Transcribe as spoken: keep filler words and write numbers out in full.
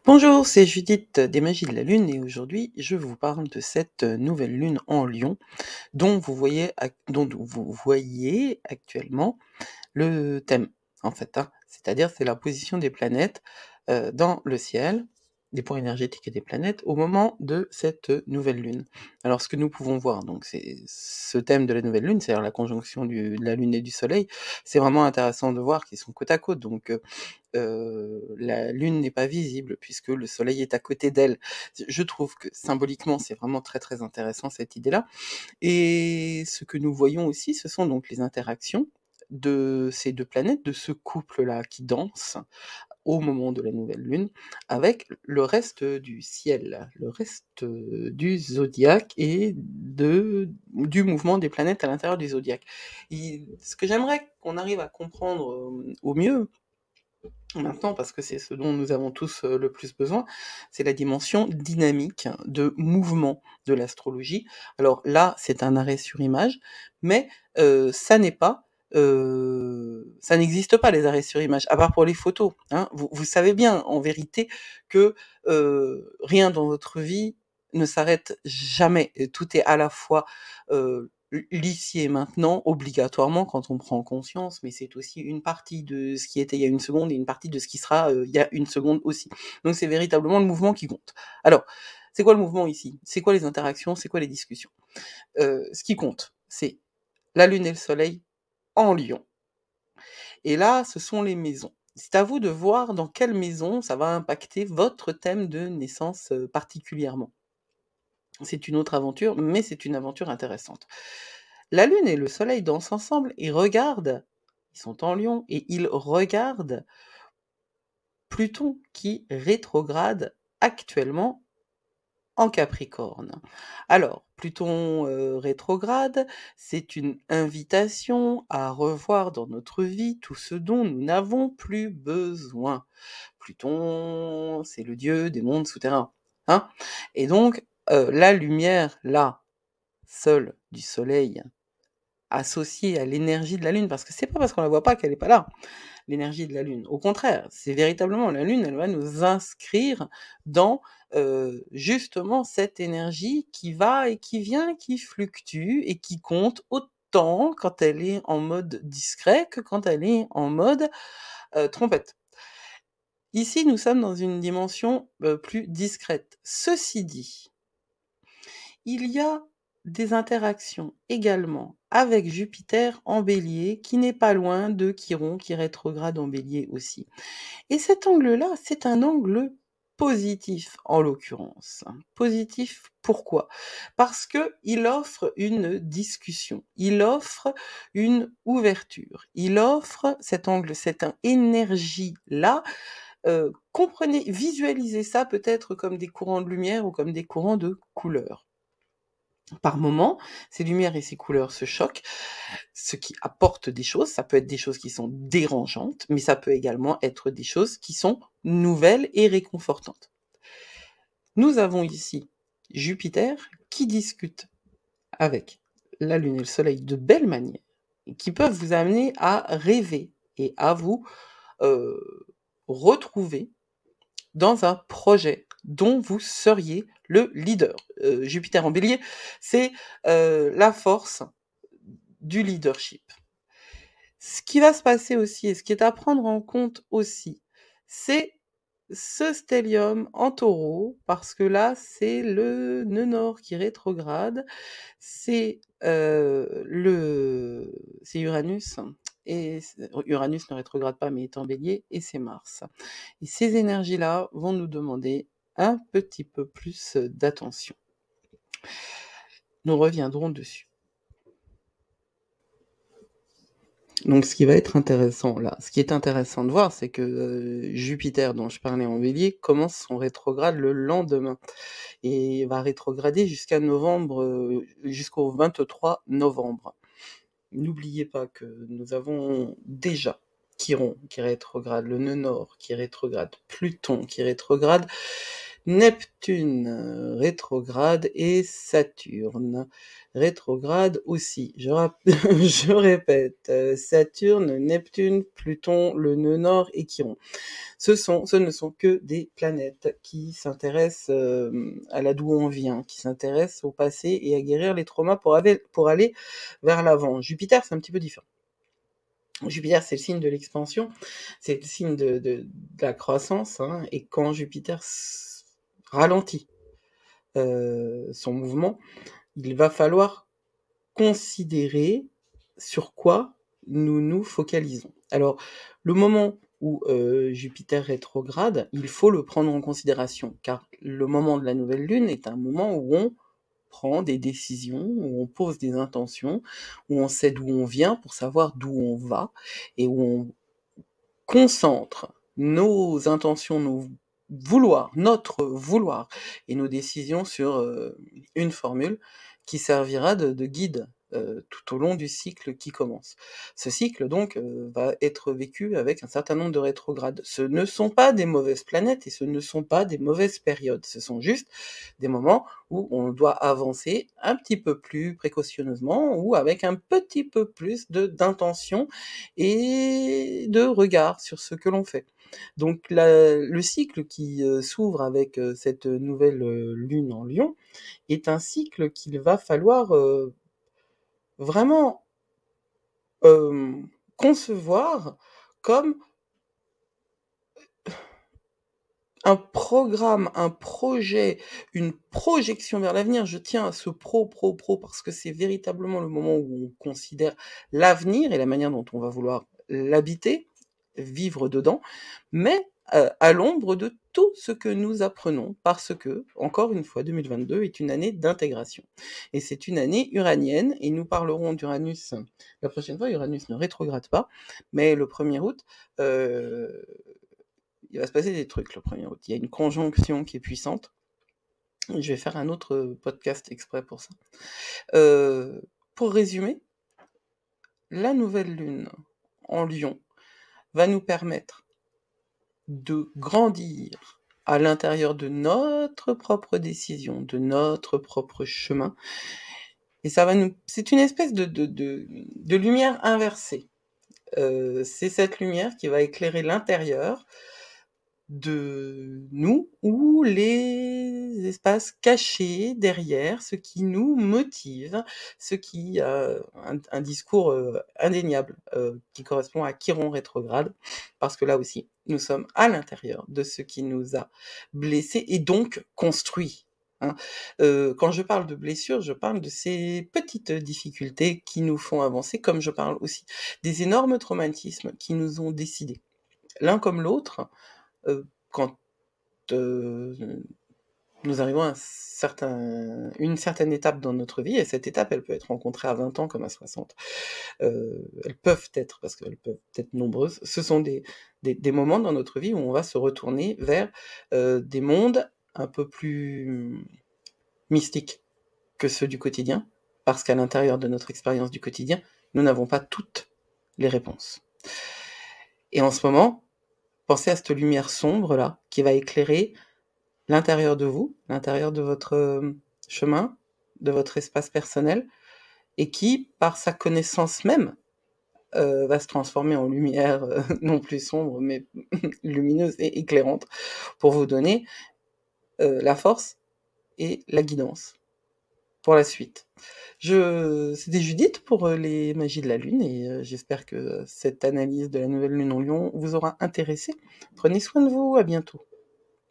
Bonjour, c'est Judith des Magies de la Lune et aujourd'hui je vous parle de cette nouvelle lune en Lion dont vous voyez, ac- dont vous voyez actuellement le thème en fait, hein. C'est-à-dire c'est la position des planètes euh, dans le ciel, des points énergétiques et des planètes au moment de cette nouvelle lune. Alors ce que nous pouvons voir, donc c'est ce thème de la nouvelle lune, c'est-à-dire la conjonction du- de la lune et du soleil, c'est vraiment intéressant de voir qu'ils sont côte à côte. Donc euh, euh, la lune n'est pas visible puisque le soleil est à côté d'elle. Je trouve que symboliquement, c'est vraiment très très intéressant cette idée-là. Et ce que nous voyons aussi, ce sont donc les interactions de ces deux planètes, de ce couple-là qui danse au moment de la nouvelle lune, avec le reste du ciel, le reste euh, du zodiaque et de, du mouvement des planètes à l'intérieur du zodiaque. Et ce que j'aimerais qu'on arrive à comprendre euh, au mieux, maintenant, parce que c'est ce dont nous avons tous euh, le plus besoin, c'est la dimension dynamique de mouvement de l'astrologie. Alors là, c'est un arrêt sur image, mais euh, ça n'est pas, euh, ça n'existe pas les arrêts sur image, à part pour les photos, hein. Vous, vous savez bien, en vérité, que euh, rien dans votre vie ne s'arrête jamais. Et tout est à la fois euh, l'ici et maintenant, obligatoirement, quand on prend conscience, mais c'est aussi une partie de ce qui était il y a une seconde et une partie de ce qui sera euh, il y a une seconde aussi. Donc c'est véritablement le mouvement qui compte. Alors, c'est quoi le mouvement ici? C'est quoi les interactions? C'est quoi les discussions? Euh, Ce qui compte, c'est la Lune et le Soleil en Lion. Et là, ce sont les maisons. C'est à vous de voir dans quelle maison ça va impacter votre thème de naissance euh, particulièrement. C'est une autre aventure, mais c'est une aventure intéressante. La Lune et le Soleil dansent ensemble et regardent, ils sont en Lion, et ils regardent Pluton qui rétrograde actuellement en Capricorne. Alors, Pluton euh, rétrograde, c'est une invitation à revoir dans notre vie tout ce dont nous n'avons plus besoin. Pluton, c'est le dieu des mondes souterrains, hein. Et donc, euh, la lumière, là, seule du Soleil, associée à l'énergie de la Lune, parce que c'est pas parce qu'on la voit pas qu'elle est pas là, l'énergie de la Lune. Au contraire, c'est véritablement la Lune, elle va nous inscrire dans euh, justement cette énergie qui va et qui vient, qui fluctue et qui compte autant quand elle est en mode discret que quand elle est en mode euh, trompette. Ici, nous sommes dans une dimension euh, plus discrète. Ceci dit, il y a des interactions également avec Jupiter en Bélier, qui n'est pas loin de Chiron, qui rétrograde en Bélier aussi. Et cet angle-là, c'est un angle positif en l'occurrence. Positif pourquoi? Parce que il offre une discussion, il offre une ouverture, il offre cet angle, cette énergie-là. Euh, comprenez, visualisez ça peut-être comme des courants de lumière ou comme des courants de couleurs. Par moment, ces lumières et ces couleurs se choquent, ce qui apporte des choses. Ça peut être des choses qui sont dérangeantes, mais ça peut également être des choses qui sont nouvelles et réconfortantes. Nous avons ici Jupiter qui discute avec la Lune et le Soleil de belle manière, et qui peuvent vous amener à rêver et à vous euh, retrouver dans un projet dont vous seriez le leader. Euh, Jupiter en bélier, c'est euh, la force du leadership. Ce qui va se passer aussi, et ce qui est à prendre en compte aussi, c'est ce stellium en taureau, parce que là, c'est le nœud nord qui rétrograde, c'est euh, le, c'est Uranus, et Uranus ne rétrograde pas, mais est en bélier, et c'est Mars. Et ces énergies-là vont nous demander un petit peu plus d'attention. Nous reviendrons dessus. Donc, ce qui va être intéressant là, ce qui est intéressant de voir, c'est que euh, Jupiter, dont je parlais en bélier, commence son rétrograde le lendemain et va rétrograder jusqu'à novembre, euh, jusqu'au vingt-trois novembre. N'oubliez pas que nous avons déjà Chiron qui rétrograde, le nœud nord qui rétrograde, Pluton qui rétrograde, Neptune euh, rétrograde et Saturne rétrograde aussi. Je, rap- je répète, euh, Saturne, Neptune, Pluton, le nœud nord et Chiron. Ce, sont, ce ne sont que des planètes qui s'intéressent euh, à là d'où on vient, qui s'intéressent au passé et à guérir les traumas pour, ave- pour aller vers l'avant. Jupiter, c'est un petit peu différent. Jupiter, c'est le signe de l'expansion, c'est le signe de, de, de la croissance, hein, et quand Jupiter s- ralentit euh, son mouvement, il va falloir considérer sur quoi nous nous focalisons. Alors, le moment où euh, Jupiter rétrograde, il faut le prendre en considération, car le moment de la nouvelle lune est un moment où on prend des décisions, où on pose des intentions, où on sait d'où on vient pour savoir d'où on va, et où on concentre nos intentions, nos vouloirs, notre vouloir et nos décisions sur euh, une formule qui servira de, de guide euh, tout au long du cycle qui commence. Ce cycle donc euh, va être vécu avec un certain nombre de rétrogrades. Ce ne sont pas des mauvaises planètes et ce ne sont pas des mauvaises périodes. Ce sont juste des moments où on doit avancer un petit peu plus précautionneusement ou avec un petit peu plus de d'intention et de regard sur ce que l'on fait. Donc la- le cycle qui euh, s'ouvre avec euh, cette nouvelle euh, lune en Lion est un cycle qu'il va falloir euh, vraiment euh, concevoir comme un programme, un projet, une projection vers l'avenir. Je tiens à ce pro, pro, pro, parce que c'est véritablement le moment où on considère l'avenir et la manière dont on va vouloir l'habiter, vivre dedans, mais euh, à l'ombre de tout ce que nous apprenons, parce que, encore une fois, deux mille vingt-deux est une année d'intégration. Et c'est une année uranienne, et nous parlerons d'Uranus la prochaine fois. Uranus ne rétrograde pas, mais le premier août, euh, il va se passer des trucs le premier août. Il y a une conjonction qui est puissante. Je vais faire un autre podcast exprès pour ça. Euh, pour résumer, la nouvelle lune en Lion va nous permettre de grandir à l'intérieur de notre propre décision, de notre propre chemin. Et ça va nous, c'est une espèce de, de, de, de lumière inversée. Euh, c'est cette lumière qui va éclairer l'intérieur de nous ou les espaces cachés derrière, ce qui nous motive, ce qui a un, un discours euh, indéniable euh, qui correspond à Chiron rétrograde, parce que là aussi, nous sommes à l'intérieur de ce qui nous a blessés et donc construits. Hein. Euh, quand je parle de blessures, je parle de ces petites difficultés qui nous font avancer, comme je parle aussi des énormes traumatismes qui nous ont décidés. L'un comme l'autre, euh, quand euh, nous arrivons à un certain, une certaine étape dans notre vie, et cette étape, elle peut être rencontrée à vingt ans comme à soixante. Euh, elles peuvent être, parce qu'elles peuvent être nombreuses, ce sont des, des, des moments dans notre vie où on va se retourner vers euh, des mondes un peu plus mystiques que ceux du quotidien, parce qu'à l'intérieur de notre expérience du quotidien, nous n'avons pas toutes les réponses. Et en ce moment, pensez à cette lumière sombre là, qui va éclairer l'intérieur de vous, l'intérieur de votre euh, chemin, de votre espace personnel, et qui, par sa connaissance même, euh, va se transformer en lumière euh, non plus sombre, mais lumineuse et éclairante, pour vous donner euh, la force et la guidance pour la suite. Je... C'était Judith pour euh, les magies de la Lune, et euh, j'espère que cette analyse de la nouvelle Lune en Lion vous aura intéressé. Prenez soin de vous, à bientôt.